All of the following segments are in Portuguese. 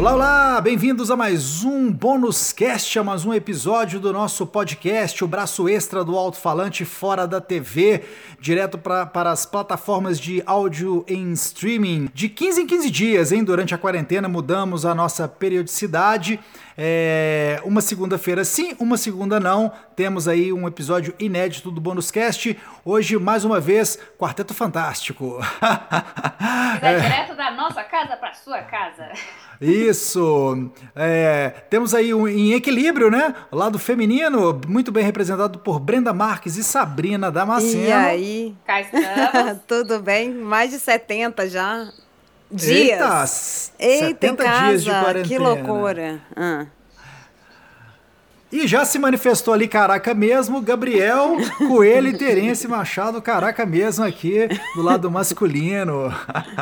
Olá, olá! Bem-vindos a mais um Bônus Cast, a mais um episódio do nosso podcast, o braço extra do alto-falante fora da TV, direto para as plataformas de áudio em streaming. De 15 em 15 dias, hein? Durante a quarentena mudamos a nossa periodicidade. Uma segunda-feira sim, uma segunda não. Temos aí um episódio inédito do Bônus Cast. Hoje, mais uma vez, Quarteto Fantástico. Direto da nossa casa para sua casa. Isso, temos aí em equilíbrio, né? O lado feminino, muito bem representado por Brenda Marques e Sabrina Damasceno. E aí? Cá estamos. Tudo bem? Mais de 70 já dias. Eita, em casa, dias de quarentena. Que loucura. E já se manifestou ali, caraca mesmo, Gabriel Coelho e Terence Machado, caraca mesmo aqui do lado masculino.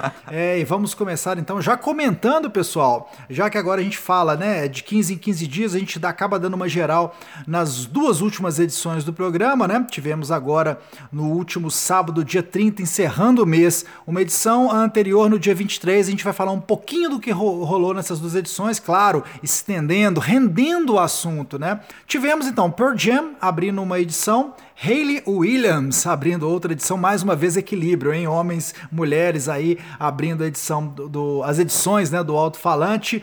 E vamos começar então já comentando, pessoal, já que agora a gente fala, né, de 15 em 15 dias, a gente acaba dando uma geral nas duas últimas edições do programa, né? Tivemos agora no último sábado, dia 30, encerrando o mês, uma edição, a anterior no dia 23, a gente vai falar um pouquinho do que rolou nessas duas edições, claro, estendendo, rendendo o assunto, né? Tivemos então Pearl Jam abrindo uma edição, Hayley Williams abrindo outra edição, mais uma vez equilíbrio, hein? Homens, mulheres aí abrindo a edição as edições, né, do alto-falante.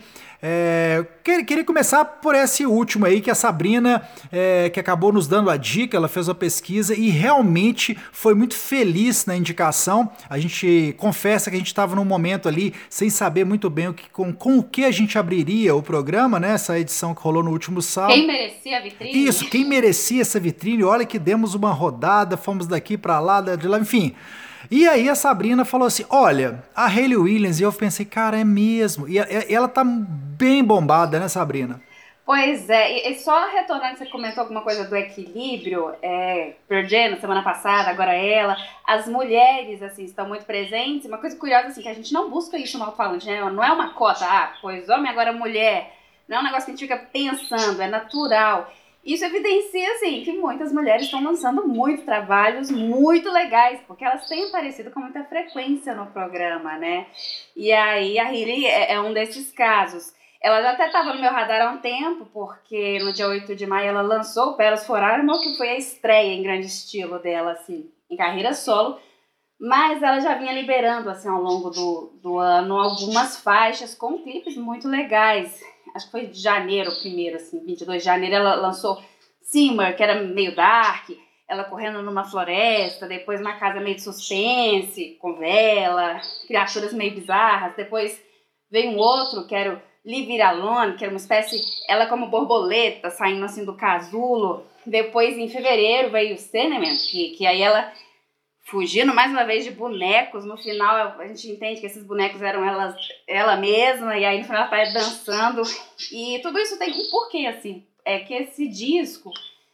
Queria começar por esse último aí, que a Sabrina, que acabou nos dando a dica, ela fez uma pesquisa e realmente foi muito feliz na indicação. A gente confessa que a gente estava num momento ali sem saber muito bem com o que a gente abriria o programa, né? Essa edição que rolou no último sábado. Quem merecia a vitrine? Isso, quem merecia essa vitrine. Olha que demos uma rodada, fomos daqui para lá, de lá, enfim. E aí a Sabrina falou assim, olha, a Hayley Williams, e eu pensei, cara, é mesmo. E ela tá bem bombada, né, Sabrina? Pois é, e só retornando, você comentou alguma coisa do equilíbrio, Pearl Jam, semana passada, agora ela, as mulheres, assim, estão muito presentes. Uma coisa curiosa, assim, que a gente não busca isso no alto-falante, né? Não é uma cota, pois homem, agora mulher. Não é um negócio que a gente fica pensando, é natural. Isso evidencia, assim, que muitas mulheres estão lançando muitos trabalhos muito legais, porque elas têm aparecido com muita frequência no programa, né? E aí a Hayley é um desses casos. Ela já até estava no meu radar há um tempo, porque no dia 8 de maio ela lançou o Peros for Armor, que foi a estreia em grande estilo dela, assim, em carreira solo. Mas ela já vinha liberando, assim, ao longo do ano, algumas faixas com clipes muito legais. Acho que foi de janeiro primeiro, assim, 22 de janeiro, ela lançou Simmer, que era meio dark, ela correndo numa floresta, depois uma casa meio de suspense, com vela, criaturas meio bizarras, depois veio um outro, que era o Leave It Alone, que era uma espécie, ela como borboleta, saindo assim do casulo, depois em fevereiro veio o Cinnamon, que aí ela fugindo mais uma vez de bonecos, no final a gente entende que esses bonecos eram ela mesma, e aí no final ela tá dançando, e tudo isso tem um porquê, assim, é que esse disco,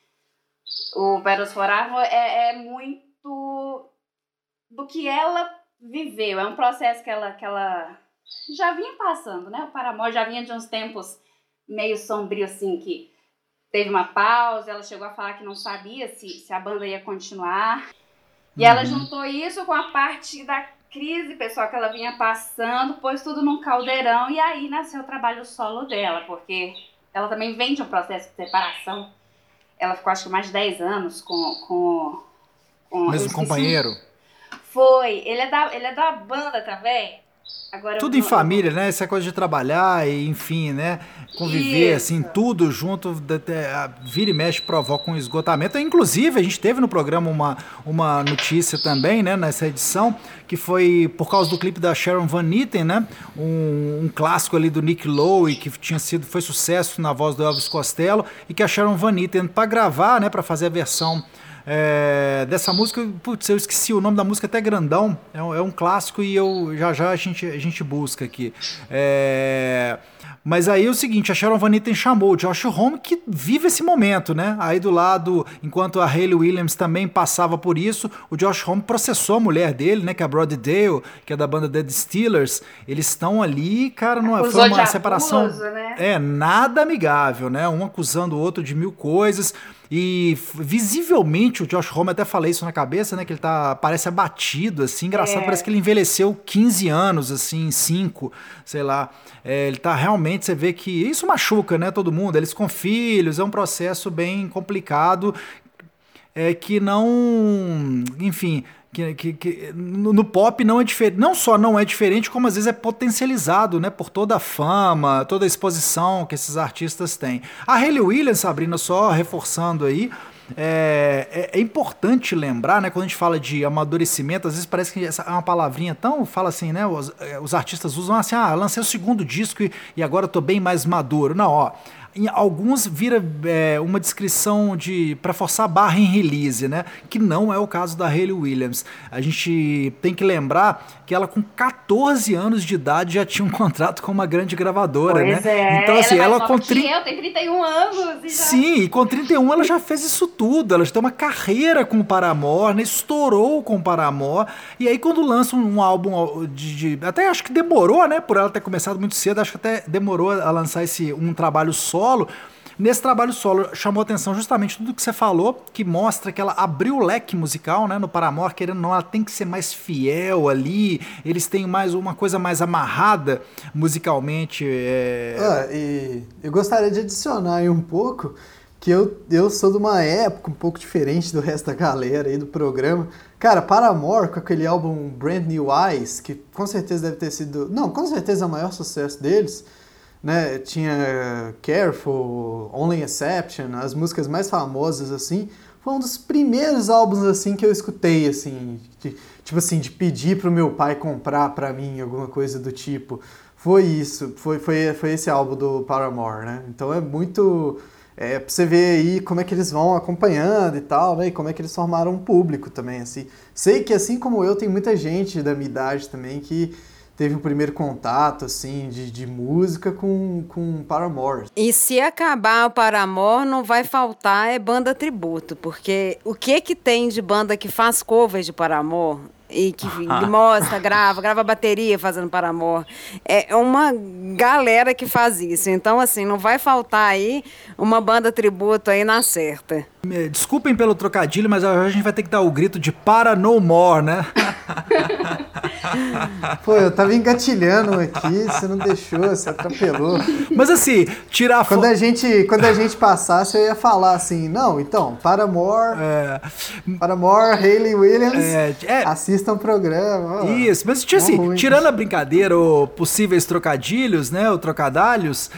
o Peros for Armor, é muito do que ela viveu, é um processo que ela já vinha passando, né, o Paramore já vinha de uns tempos meio sombrios, assim, que teve uma pausa, ela chegou a falar que não sabia se a banda ia continuar. E ela juntou isso com a parte da crise pessoal que ela vinha passando, pôs tudo num caldeirão e aí nasceu o trabalho solo dela, porque ela também vem de um processo de separação. Ela ficou acho que mais de 10 anos com o mesmo companheiro. Foi, ele é da banda também. Agora tudo em família, né? Essa coisa de trabalhar e, enfim, né? Conviver, isso, assim, tudo junto, vira e mexe, provoca um esgotamento. Inclusive, a gente teve no programa uma notícia também, né? Nessa edição, que foi por causa do clipe da Sharon Van Etten, né? Um clássico ali do Nick Lowe, que foi sucesso na voz do Elvis Costello, e que a Sharon Van Etten, para gravar, né? Para fazer a versão dessa música, putz, eu esqueci o nome da música, até grandão, é um clássico e já a gente busca aqui. Mas aí é o seguinte, a Sharon Van Etten chamou o Josh Homme, que vive esse momento, né? Aí do lado, enquanto a Hayley Williams também passava por isso, o Josh Homme processou a mulher dele, né? Que é a Brody Dale, que é da banda The Distillers. Eles estão ali, cara, foi uma separação né? nada amigável, né? Um acusando o outro de mil coisas. E visivelmente o Josh Homme, até falei isso na cabeça, né? Que ele parece abatido, assim, engraçado, parece que ele envelheceu 15 anos, assim, 5, sei lá. Ele tá realmente, você vê que isso machuca, né, todo mundo. Eles com filhos, é um processo bem complicado, que não, enfim... Que no pop não é diferente, não só não é diferente, como às vezes é potencializado, né, por toda a fama, toda a exposição que esses artistas têm. A Hayley Williams, Sabrina, só reforçando aí, é importante lembrar, né, quando a gente fala de amadurecimento, às vezes parece que essa é uma palavrinha tão, fala assim, né, os artistas usam assim, lancei o segundo disco e agora eu tô bem mais maduro. Não, ó, em alguns vira uma descrição para forçar a barra em release, né? Que não é o caso da Hayley Williams. A gente tem que lembrar que ela com 14 anos de idade já tinha um contrato com uma grande gravadora, pois né? Então assim, ela com eu tenho 31 anos. Sim, e com 31 ela já fez isso tudo. Ela já tem uma carreira com o Paramore, né? Estourou com o Paramore. E aí quando lança um álbum até acho que demorou, né? Por ela ter começado muito cedo, acho que até demorou a lançar um trabalho solo. Nesse trabalho solo chamou atenção justamente tudo que você falou, que mostra que ela abriu o leque musical, né, no Paramore, querendo ou não, ela tem que ser mais fiel ali, eles têm mais uma coisa mais amarrada musicalmente. E eu gostaria de adicionar aí um pouco que eu sou de uma época um pouco diferente do resto da galera aí do programa. Cara, Paramore com aquele álbum Brand New Eyes, que com certeza deve ter sido... Não, com certeza é o maior sucesso deles, né? Tinha Careful, Only Exception, as músicas mais famosas, assim. Foi um dos primeiros álbuns, assim, que eu escutei, assim, de pedir pro meu pai comprar pra mim, alguma coisa do tipo. Foi isso, foi esse álbum do Paramore, né? Então é muito... pra você ver aí como é que eles vão acompanhando e tal, né? E como é que eles formaram um público também, assim. Sei que, assim como eu, tem muita gente da minha idade também que teve um primeiro contato, assim, de música com Paramore. E se acabar o Paramore, não vai faltar banda tributo, porque o que tem de banda que faz covers de Paramore e que mostra, grava bateria fazendo Paramore? É uma galera que faz isso. Então, assim, não vai faltar aí uma banda tributo aí na certa. Desculpem pelo trocadilho, mas a gente vai ter que dar o grito de Para No More, né? Pô, eu tava engatilhando aqui, você não deixou, você atropelou. Mas assim, tirar quando a gente passasse, eu ia falar assim, não, então, Paramore, Hayley Williams, assistam o programa. Isso, mas assim, tirando a brincadeira, ou possíveis trocadilhos, né, ou trocadalhos,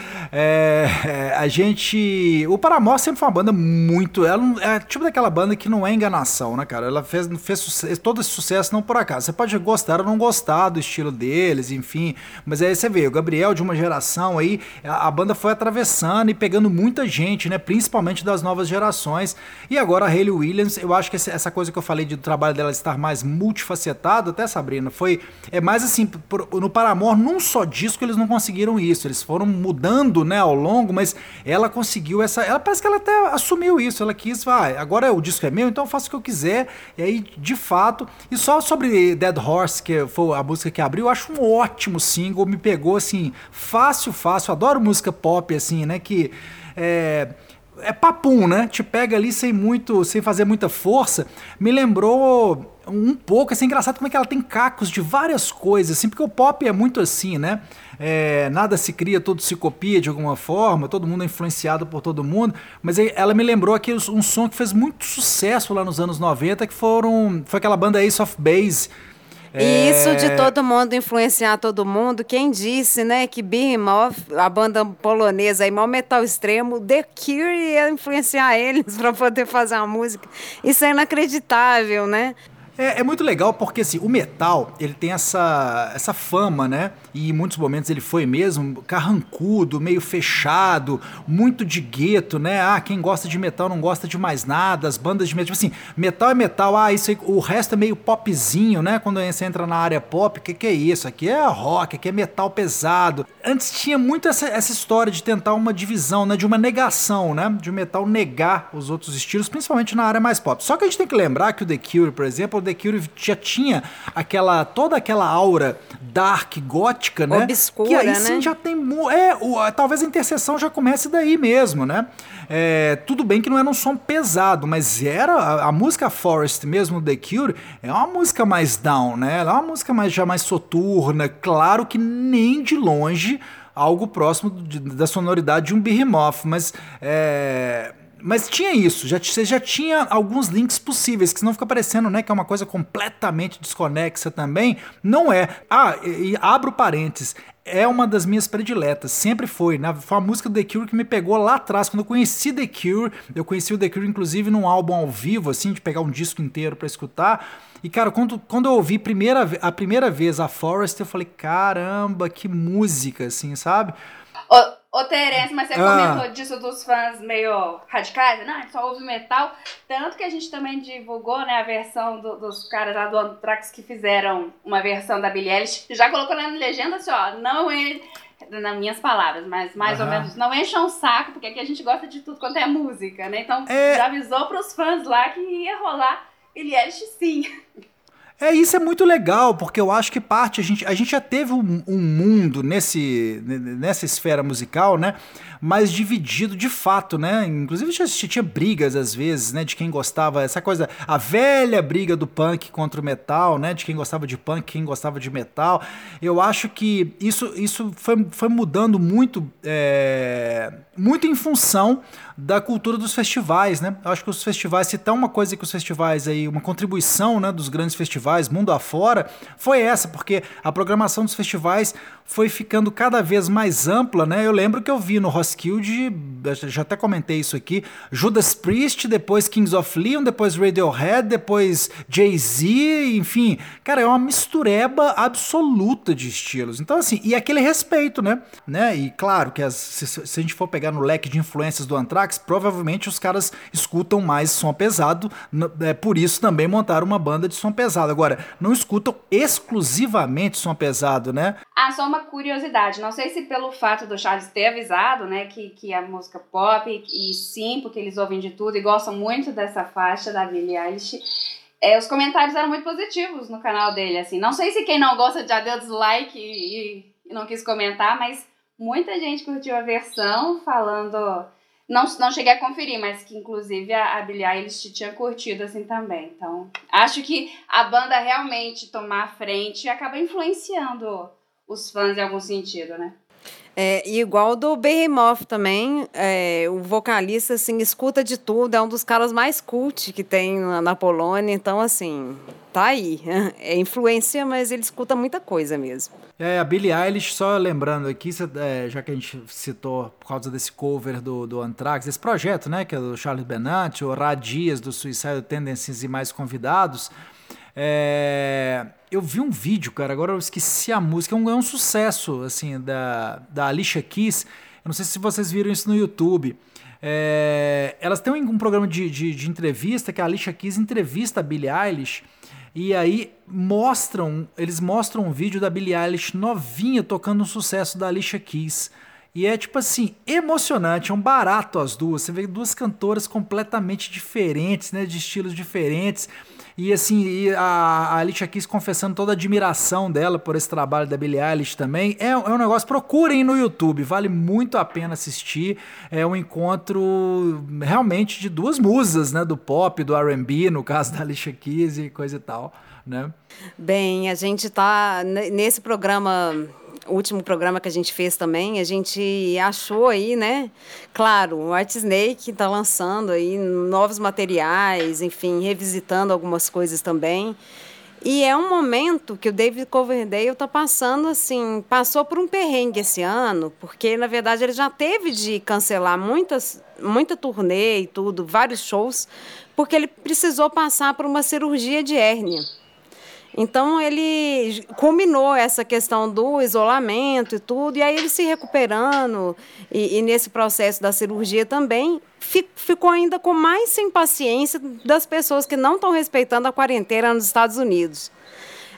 o Paramore sempre foi uma banda muito... Ela é tipo daquela banda que não é enganação, né, cara? Ela fez todo esse sucesso não por acaso. Você pode gostar ou não gostar do estilo deles, enfim. Mas aí você vê, o Gabriel de uma geração aí, a banda foi atravessando e pegando muita gente, né? Principalmente das novas gerações. E agora a Hayley Williams, eu acho que essa coisa que eu falei do trabalho dela estar mais multifacetado, até, Sabrina, é mais assim, no Paramore, num só disco eles não conseguiram isso. Eles foram mudando, né, ao longo, mas ela conseguiu ela parece que ela até assumiu isso. Ela quis, agora o disco é meu, então eu faço o que eu quiser. E aí, de fato, e só sobre Dead Horse, que foi a música que abriu, eu acho um ótimo single, me pegou assim, fácil, adoro música pop, assim, né, que é papum, né, te pega ali sem fazer muita força, me lembrou um pouco, assim, engraçado como é que ela tem cacos de várias coisas, assim, porque o pop é muito assim, né, nada se cria, tudo se copia de alguma forma, todo mundo é influenciado por todo mundo, mas ela me lembrou aqui um som que fez muito sucesso lá nos anos 90, que foi aquela banda Ace of Base. E isso de todo mundo influenciar todo mundo, quem disse, né, que Behemoth, a banda polonesa, maior metal extremo, The Cure ia influenciar eles para poder fazer uma música. Isso é inacreditável, né? É muito legal porque assim, o metal, ele tem essa fama, né? E em muitos momentos ele foi mesmo carrancudo, meio fechado, muito de gueto, né? Quem gosta de metal não gosta de mais nada, as bandas de metal, tipo assim, metal é metal, isso aí, o resto é meio popzinho, né? Quando você entra na área pop, que é isso? Aqui é rock, aqui é metal pesado. Antes tinha muito essa história de tentar uma divisão, né? De uma negação, né? De o metal negar os outros estilos, principalmente na área mais pop. Só que a gente tem que lembrar que o The Cure, por exemplo, The Cure já tinha toda aquela aura dark, gótica, né? Obscura, que aí né? sim já tem... talvez a interseção já comece daí mesmo, né? Tudo bem que não era um som pesado, mas era a música Forest mesmo, The Cure, é uma música mais down, né? Ela é uma música já mais soturna, claro que nem de longe algo próximo da sonoridade de um Behemoth, mas tinha isso, você já tinha alguns links possíveis, que senão fica parecendo, né, que é uma coisa completamente desconexa também. Não é. E abro parênteses, é uma das minhas prediletas, sempre foi, né? Foi a música do The Cure que me pegou lá atrás, quando eu conheci The Cure. Eu conheci o The Cure, inclusive, num álbum ao vivo, assim, de pegar um disco inteiro pra escutar. E, cara, quando eu ouvi a primeira vez a Forest, eu falei, caramba, que música, assim, sabe? Ô, Terence, mas você comentou disso dos fãs meio radicais? Não, a gente só ouve metal. Tanto que a gente também divulgou, né, a versão dos caras lá do Anthrax que fizeram uma versão da Billie Eilish. Já colocou na legenda assim, ó, não é... nas minhas palavras, mas mais ou menos, não encham o saco, porque aqui a gente gosta de tudo quanto é música, né? Então, já avisou pros fãs lá que ia rolar Billie Eilish sim. Isso é muito legal, porque eu acho que a gente já teve um mundo nessa esfera musical, né, mais dividido de fato, né, inclusive já tinha brigas às vezes, né, de quem gostava, essa coisa, a velha briga do punk contra o metal, né, de quem gostava de punk, quem gostava de metal. Eu acho que isso foi mudando muito, muito em função da cultura dos festivais, né? Eu acho que os festivais, se tá uma coisa que os festivais aí, uma contribuição, né, dos grandes festivais, mundo afora, foi essa, porque a programação dos festivais foi ficando cada vez mais ampla, né? Eu lembro que eu vi no Roskilde, já até comentei isso aqui, Judas Priest, depois Kings of Leon, depois Radiohead, depois Jay-Z, enfim, cara, é uma mistureba absoluta de estilos. Então, assim, e aquele respeito, né? E claro que se a gente for pegar no leque de influências do Anthrax, provavelmente os caras escutam mais som pesado, por isso também montaram uma banda de som pesado. Agora, não escutam exclusivamente som pesado, né? Só uma curiosidade, não sei se pelo fato do Charles ter avisado, né, que a música pop, e sim, porque eles ouvem de tudo e gostam muito dessa faixa da Billie Eilish, os comentários eram muito positivos no canal dele, assim, não sei se quem não gosta já deu dislike e não quis comentar, mas muita gente curtiu a versão, falando... Não cheguei a conferir, mas que inclusive a Billie Eilish tinha curtido assim também. Então, acho que a banda realmente tomar a frente acaba influenciando os fãs em algum sentido, né? Igual do Behemoth também, o vocalista, assim, escuta de tudo, é um dos caras mais cult que tem na Polônia, então, assim, tá aí. É influência, mas ele escuta muita coisa mesmo. A Billie Eilish, só lembrando aqui, já que a gente citou por causa desse cover do Anthrax, desse projeto, né, que é do Charles Benante, o Rad Dias, do Suicidal Tendencies e mais convidados, eu vi um vídeo, cara, agora eu esqueci a música, é um sucesso, assim, da Alicia Keys. Eu não sei se vocês viram isso no YouTube. Elas têm um programa de entrevista, que a Alicia Keys entrevista a Billie Eilish, e aí eles mostram um vídeo da Billie Eilish novinha tocando um sucesso da Alicia Keys. E é, tipo assim, emocionante, é um barato as duas. Você vê duas cantoras completamente diferentes, né, de estilos diferentes. E assim, a Alicia Keys confessando toda a admiração dela por esse trabalho da Billie Eilish também. É um negócio, procurem no YouTube, vale muito a pena assistir. É um encontro realmente de duas musas, né, do pop, do R&B, no caso da Alicia Keys e coisa e tal, né? Bem, a gente tá nesse programa... O último programa que a gente fez também, a gente achou aí, né? Claro, o White Snake está lançando aí novos materiais, enfim, revisitando algumas coisas também. E é um momento que o David Coverdale está passando, assim, passou por um perrengue esse ano, porque, na verdade, ele já teve de cancelar muita turnê e tudo, vários shows, porque ele precisou passar por uma cirurgia de hérnia. Então, ele culminou essa questão do isolamento e tudo, e aí ele se recuperando, e nesse processo da cirurgia também, ficou ainda com mais sem paciência das pessoas que não estão respeitando a quarentena nos Estados Unidos.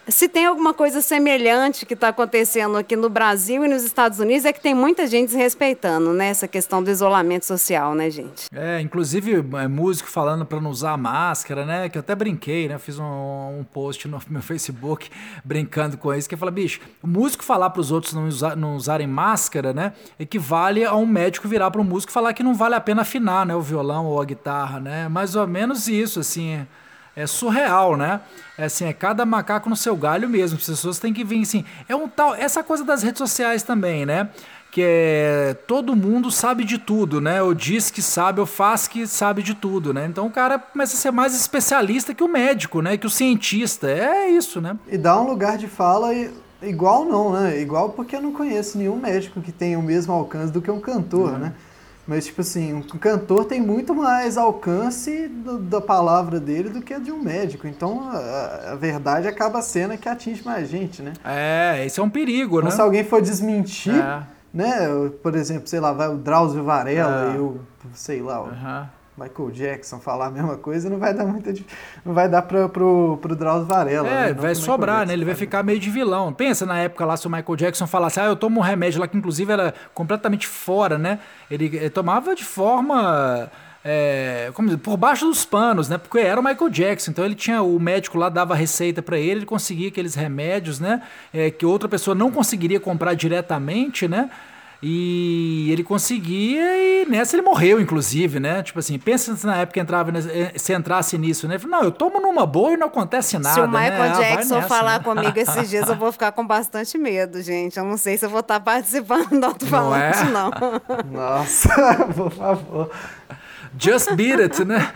Se tem alguma coisa semelhante que está acontecendo aqui no Brasil e nos Estados Unidos, é que tem muita gente desrespeitando, né? Essa questão do isolamento social, né, gente? Inclusive músico falando para não usar máscara, né? Que eu até brinquei, né? Fiz um post no meu Facebook brincando com isso, que fala, bicho, o músico falar para os outros não usarem máscara, né? Equivale a um médico virar para um músico e falar que não vale a pena afinar, né? O violão ou a guitarra, né? Mais ou menos isso, assim... É surreal, né? É cada macaco no seu galho mesmo. As pessoas têm que vir assim. Essa coisa das redes sociais também, né? Que todo mundo sabe de tudo, né? Ou diz que sabe, ou faz que sabe de tudo, né? Então o cara começa a ser mais especialista que o médico, né? Que o cientista. É isso, né? E dá um lugar de fala igual não, né? Igual porque eu não conheço nenhum médico que tenha o mesmo alcance do que um cantor, né? Mas, tipo assim, um cantor tem muito mais alcance da palavra dele do que a de um médico. Então, a verdade acaba sendo que atinge mais gente, né? Esse é um perigo, então, né? se alguém for desmentir, né? Por exemplo, sei lá, vai o Drauzio Varela e o, sei lá, Michael Jackson falar a mesma coisa, não vai dar não vai dar pro Drauzio Varela. Né? Vai sobrar, né? Ele vai ficar meio de vilão. Pensa na época lá, se o Michael Jackson falasse, eu tomo um remédio lá que inclusive era completamente fora, né? Ele tomava de forma... como dizer, por baixo dos panos, né? Porque era o Michael Jackson, então ele tinha, o médico lá dava receita pra ele conseguia aqueles remédios, né? Que outra pessoa não conseguiria comprar diretamente, né? E ele conseguia e nessa ele morreu, inclusive, né? Tipo assim, pensa se na época se entrasse nisso, né? Não, eu tomo numa boa e não acontece nada, se o Michael Jackson nessa, falar né? comigo esses dias, eu vou ficar com bastante medo, gente. Eu não sei se eu vou estar participando do alto-falante, não. Nossa, por favor. Just beat it, né?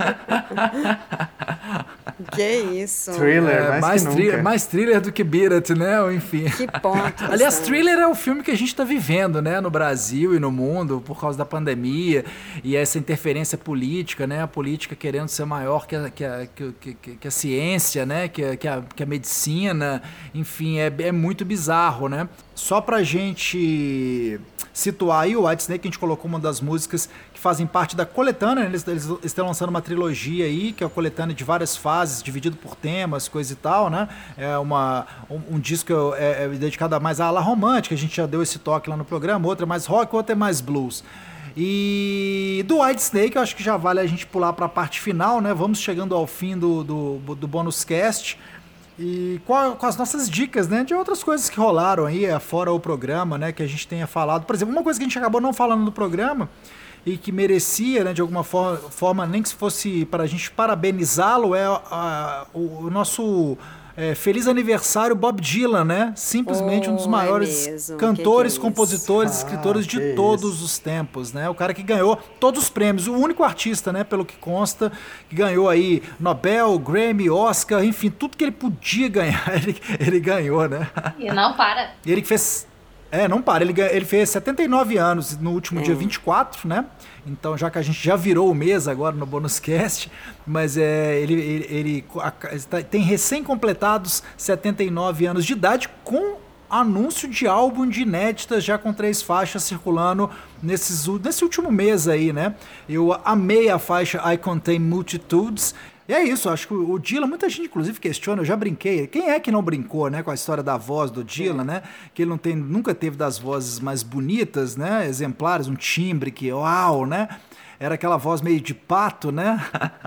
Que isso. Thriller, mais thriller do que Beat It, né? Ou enfim. Que ponto. Aliás, Thriller é o filme que a gente está vivendo, né? No Brasil e no mundo, por causa da pandemia e essa interferência política, né? A política querendo ser maior que a ciência, né? Que a medicina. Enfim, é muito bizarro, né? Só pra gente situar aí, o Whitesnake, a gente colocou uma das músicas que fazem parte da coletânea, né? Eles estão lançando uma trilogia aí, que é a coletânea de várias fases, dividido por temas, coisa e tal, né? É um disco dedicado mais à ala romântica, a gente já deu esse toque lá no programa, outro é mais rock, outro é mais blues. E do Whitesnake, eu acho que já vale a gente pular para a parte final, né? Vamos chegando ao fim do Bônus Cast. E com as nossas dicas, né, de outras coisas que rolaram aí, fora o programa, né, que a gente tenha falado. Por exemplo, uma coisa que a gente acabou não falando no programa e que merecia, né, de alguma forma, nem que fosse para a gente parabenizá-lo, o nosso feliz aniversário Bob Dylan, né? Simplesmente um dos maiores cantores, compositores, escritores de todos os tempos, né? O cara que ganhou todos os prêmios, o único artista, né, pelo que consta, que ganhou aí Nobel, Grammy, Oscar, enfim, tudo que ele podia ganhar, ele ganhou, né? E não para. Ele que fez... não para, ele fez 79 anos no último dia 24, né? Então, já que a gente já virou o mês agora no Bônus Cast, mas ele tem recém-completados 79 anos de idade com anúncio de álbum de inéditas já com 3 faixas circulando nesse último mês aí, né? Eu amei a faixa I Contain Multitudes. E é isso, acho que o Dylan, muita gente inclusive questiona, eu já brinquei, quem é que não brincou, né, com a história da voz do Dylan, né, que ele nunca teve das vozes mais bonitas, né, exemplares, um timbre que, uau, né, era aquela voz meio de pato, né,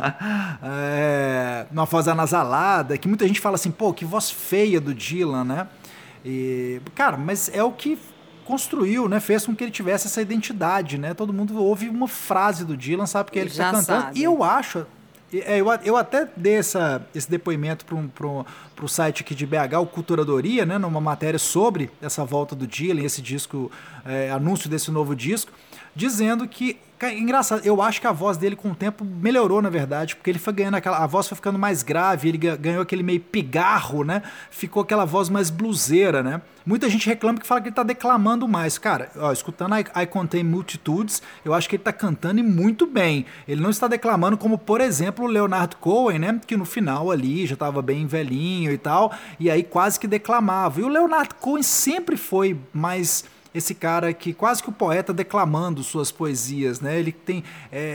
uma voz anasalada, que muita gente fala assim, pô, que voz feia do Dylan, né, e, cara, mas é o que construiu, né, fez com que ele tivesse essa identidade, né, todo mundo ouve uma frase do Dylan, sabe que ele está cantando, e eu acho... Eu até dei esse depoimento para o site aqui de BH, o Culturadoria, né, numa matéria sobre essa volta do Dylan, esse disco, anúncio desse novo disco, dizendo que, engraçado, eu acho que a voz dele com o tempo melhorou, na verdade, porque ele foi ganhando a voz foi ficando mais grave, ele ganhou aquele meio pigarro, né, ficou aquela voz mais bluseira, né. Muita gente reclama que fala que ele tá declamando mais. Cara, escutando I Contain Multitudes, eu acho que ele tá cantando e muito bem. Ele não está declamando como, por exemplo, o Leonard Cohen, né? Que no final ali já tava bem velhinho e tal, e aí quase que declamava. E o Leonard Cohen sempre foi mais esse cara que quase que o poeta declamando suas poesias, né? Ele tem,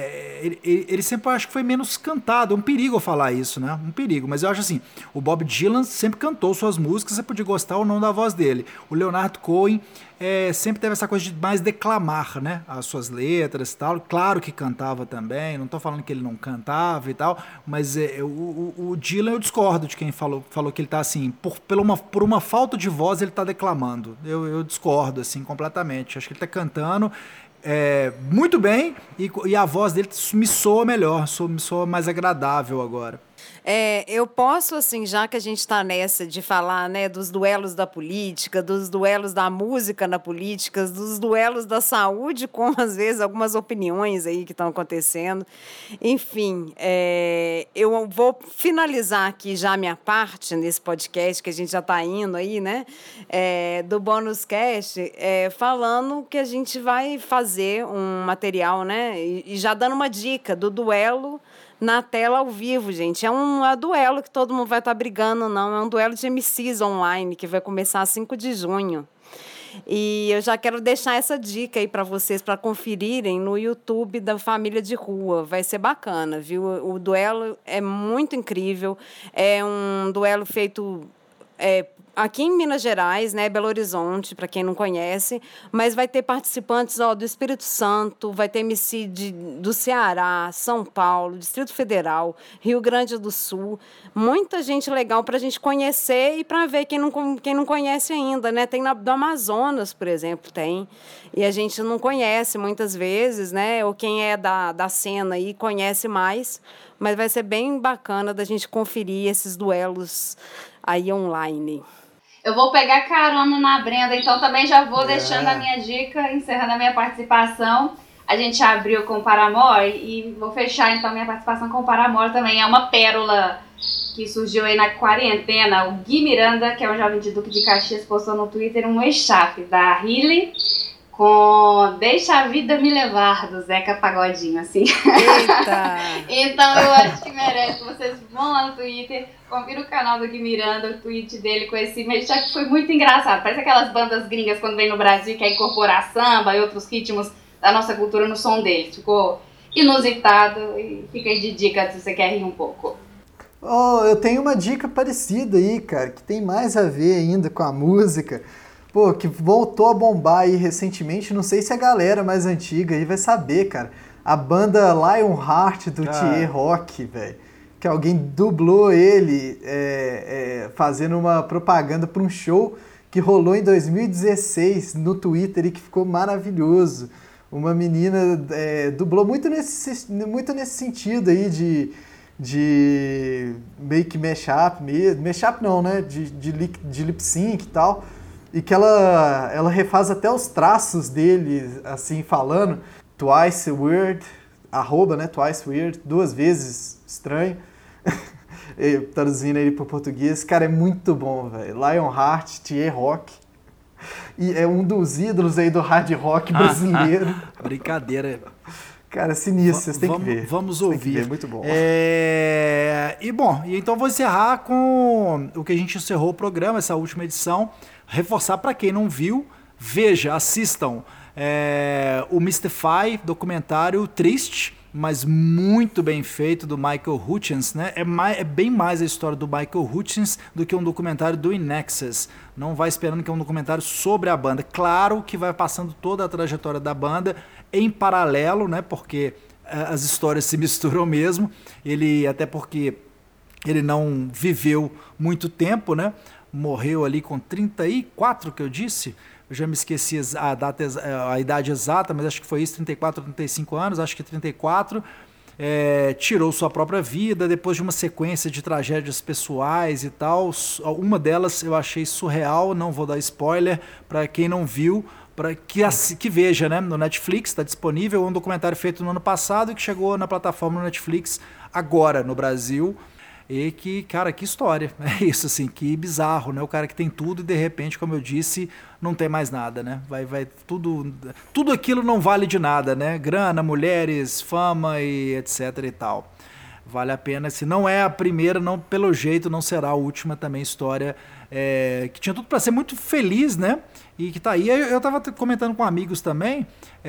ele sempre acho que foi menos cantado, é um perigo eu falar isso, né? Um perigo, mas eu acho assim, o Bob Dylan sempre cantou suas músicas, você podia gostar ou não da voz dele. O Leonard Cohen sempre teve essa coisa de mais declamar, né? As suas letras e tal. Claro que cantava também, não estou falando que ele não cantava e tal, mas o Dylan eu discordo de quem falou que ele está assim, por uma falta de voz ele está declamando. Eu discordo, assim, completamente. Acho que ele está cantando muito bem e a voz dele me soa melhor, me soa mais agradável agora. Eu posso, assim, já que a gente está nessa de falar, né, dos duelos da política, dos duelos da música na política, dos duelos da saúde, com, às vezes, algumas opiniões aí que estão acontecendo. Enfim, eu vou finalizar aqui já a minha parte nesse podcast, que a gente já está indo aí, né, do Bônus Cast, falando que a gente vai fazer um material, né, e já dando uma dica do duelo na tela ao vivo, gente. É um duelo que todo mundo vai estar brigando, não. É um duelo de MCs online, que vai começar 5 de junho. E eu já quero deixar essa dica aí para vocês, para conferirem no YouTube da Família de Rua. Vai ser bacana, viu? O duelo é muito incrível. É um duelo feito aqui em Minas Gerais, né, Belo Horizonte, para quem não conhece, mas vai ter participantes do Espírito Santo, vai ter MC do Ceará, São Paulo, Distrito Federal, Rio Grande do Sul, muita gente legal para a gente conhecer e para ver quem não conhece ainda, né? Tem do Amazonas, por exemplo, tem, e a gente não conhece muitas vezes, né? Ou quem é da cena aí conhece mais, mas vai ser bem bacana da gente conferir esses duelos aí online. Eu vou pegar carona na Brenda, então também já vou deixando a minha dica, encerrando a minha participação. A gente abriu com o Paramore e vou fechar então minha participação com o Paramore também. É uma pérola que surgiu aí na quarentena. O Gui Miranda, que é um jovem de Duque de Caxias, postou no Twitter um mashup da Hailey com Deixa a Vida Me Levar, do Zeca Pagodinho, assim. Eita! Então eu acho que merece. Vocês vão lá no Twitter, confira o canal do Gui Miranda, o tweet dele com esse mashup, que foi muito engraçado. Parece aquelas bandas gringas quando vem no Brasil e quer incorporar samba e outros ritmos da nossa cultura no som deles. Ficou inusitado e fica aí de dica se você quer rir um pouco. Eu tenho uma dica parecida aí, cara, que tem mais a ver ainda com a música. Pô, que voltou a bombar aí recentemente, não sei se a galera mais antiga aí vai saber, cara. A banda Lionheart do Thier Rock, velho. Que alguém dublou ele fazendo uma propaganda para um show que rolou em 2016 no Twitter e que ficou maravilhoso. Uma menina dublou muito nesse sentido aí de meio que mashup mesmo. Mashup não, né? De lip sync e tal. E que ela refaz até os traços dele, assim, falando twice weird, @ né, twice weird, 2 vezes estranho, traduzindo ele para o português. Cara, é muito bom, velho. Lionheart, Thier Rock, e é um dos ídolos aí do hard rock brasileiro. Brincadeira. Cara, sinistro, vocês têm que ver. Vamos ouvir. Ver, muito bom. E então vou encerrar com o que a gente encerrou o programa, essa última edição. Reforçar para quem não viu, veja, assistam o Mystify, documentário triste, mas muito bem feito, do Michael Hutchence, né? É bem mais a história do Michael Hutchence do que um documentário do In Excess. Não vai esperando que é um documentário sobre a banda. Claro que vai passando toda a trajetória da banda em paralelo, né? Porque as histórias se misturam mesmo. Até porque ele não viveu muito tempo, né? Morreu ali com 34, que eu disse. Eu já me esqueci a idade exata, mas acho que foi isso, 34, 35 anos, acho que 34. Tirou sua própria vida depois de uma sequência de tragédias pessoais e tal. Uma delas eu achei surreal, não vou dar spoiler para quem não viu, para que veja, né? No Netflix está disponível, um documentário feito no ano passado e que chegou na plataforma do Netflix agora no Brasil. E que, cara, que história, é isso, assim, que bizarro, né? O cara que tem tudo e de repente, como eu disse, não tem mais nada, né? Vai tudo aquilo não vale de nada, né? Grana, mulheres, fama e etc e tal. Vale a pena, se não é a primeira, não, pelo jeito não será a última também história que tinha tudo para ser muito feliz, né? E que tá aí. Eu tava comentando com amigos também,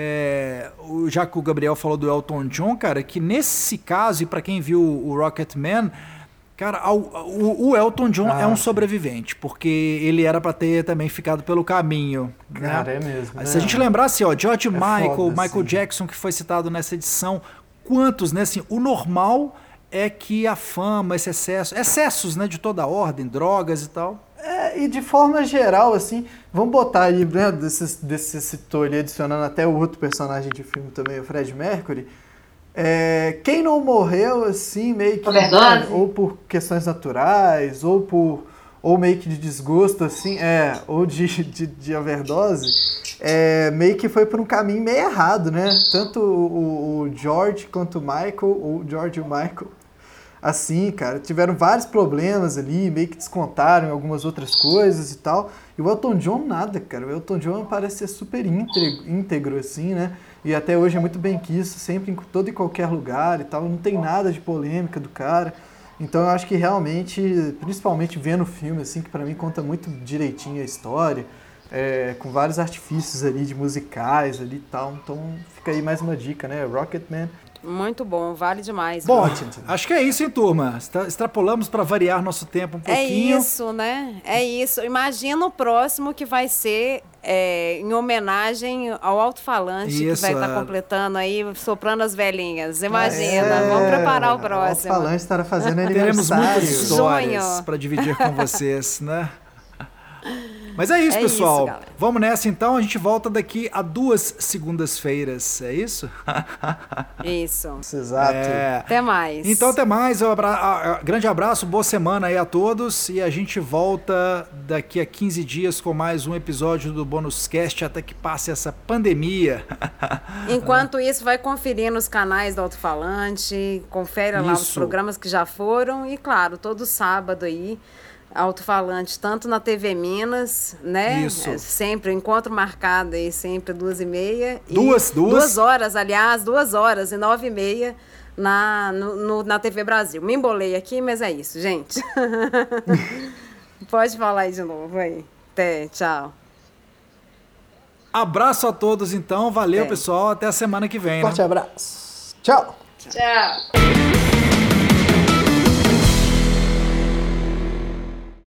já que o Gabriel falou do Elton John, cara, que nesse caso, e para quem viu o Rocketman, cara, o Elton John é um sobrevivente, porque ele era para ter também ficado pelo caminho. Cara, né? é mesmo. Se a gente lembrar, ó, George Michael, foda, Michael Jackson, que foi citado nessa edição, quantos, né? Assim, o normal é que a fama, esse excessos, né, de toda ordem, drogas e tal. E de forma geral, assim, vamos botar aí, né, desse citou ali, adicionando até o outro personagem de filme também, o Fred Mercury. Quem não morreu, assim, meio que... Overdose? Ou por questões naturais, ou meio que de desgosto, assim, ou de overdose, meio que foi por um caminho meio errado, né? Tanto o George quanto o Michael, o George e o Michael, assim, cara, tiveram vários problemas ali, meio que descontaram em algumas outras coisas e tal. E o Elton John nada, cara. O Elton John parece ser super íntegro, assim, né? E até hoje é muito bem quisto, sempre em todo e qualquer lugar e tal. Não tem nada de polêmica do cara. Então eu acho que realmente, principalmente vendo o filme, assim, que pra mim conta muito direitinho a história, com vários artifícios ali de musicais ali e tal. Então fica aí mais uma dica, né? Rocketman. Muito bom, vale demais. Bom, acho que é isso, hein, turma? Extrapolamos para variar nosso tempo um pouquinho. É isso, né? É isso. Imagina o próximo que vai ser em homenagem ao alto-falante, que vai estar completando aí, soprando as velhinhas. Imagina, vamos preparar o próximo. O alto-falante estará fazendo Teremos aniversário. muitas histórias para dividir com vocês, né? Mas é isso, pessoal. Isso, vamos nessa então. A gente volta daqui a 2 segundas-feiras. É isso? Isso. Exato. Até mais. Então, até mais. Grande abraço, boa semana aí a todos. E a gente volta daqui a 15 dias com mais um episódio do Bônus Cast até que passe essa pandemia. Enquanto isso, vai conferir nos canais do Alto-Falante, confere lá os programas que já foram. E, claro, todo sábado aí, Alto-Falante, tanto na TV Minas, né? Isso. Sempre, encontro marcado aí, sempre 2h30. Duas horas, aliás, 2 horas e 9h30 na TV Brasil. Me embolei aqui, mas é isso, gente. Pode falar aí de novo aí. Até, tchau. Abraço a todos, então. Valeu, pessoal. Até a semana que vem. Forte abraço. Tchau. Tchau.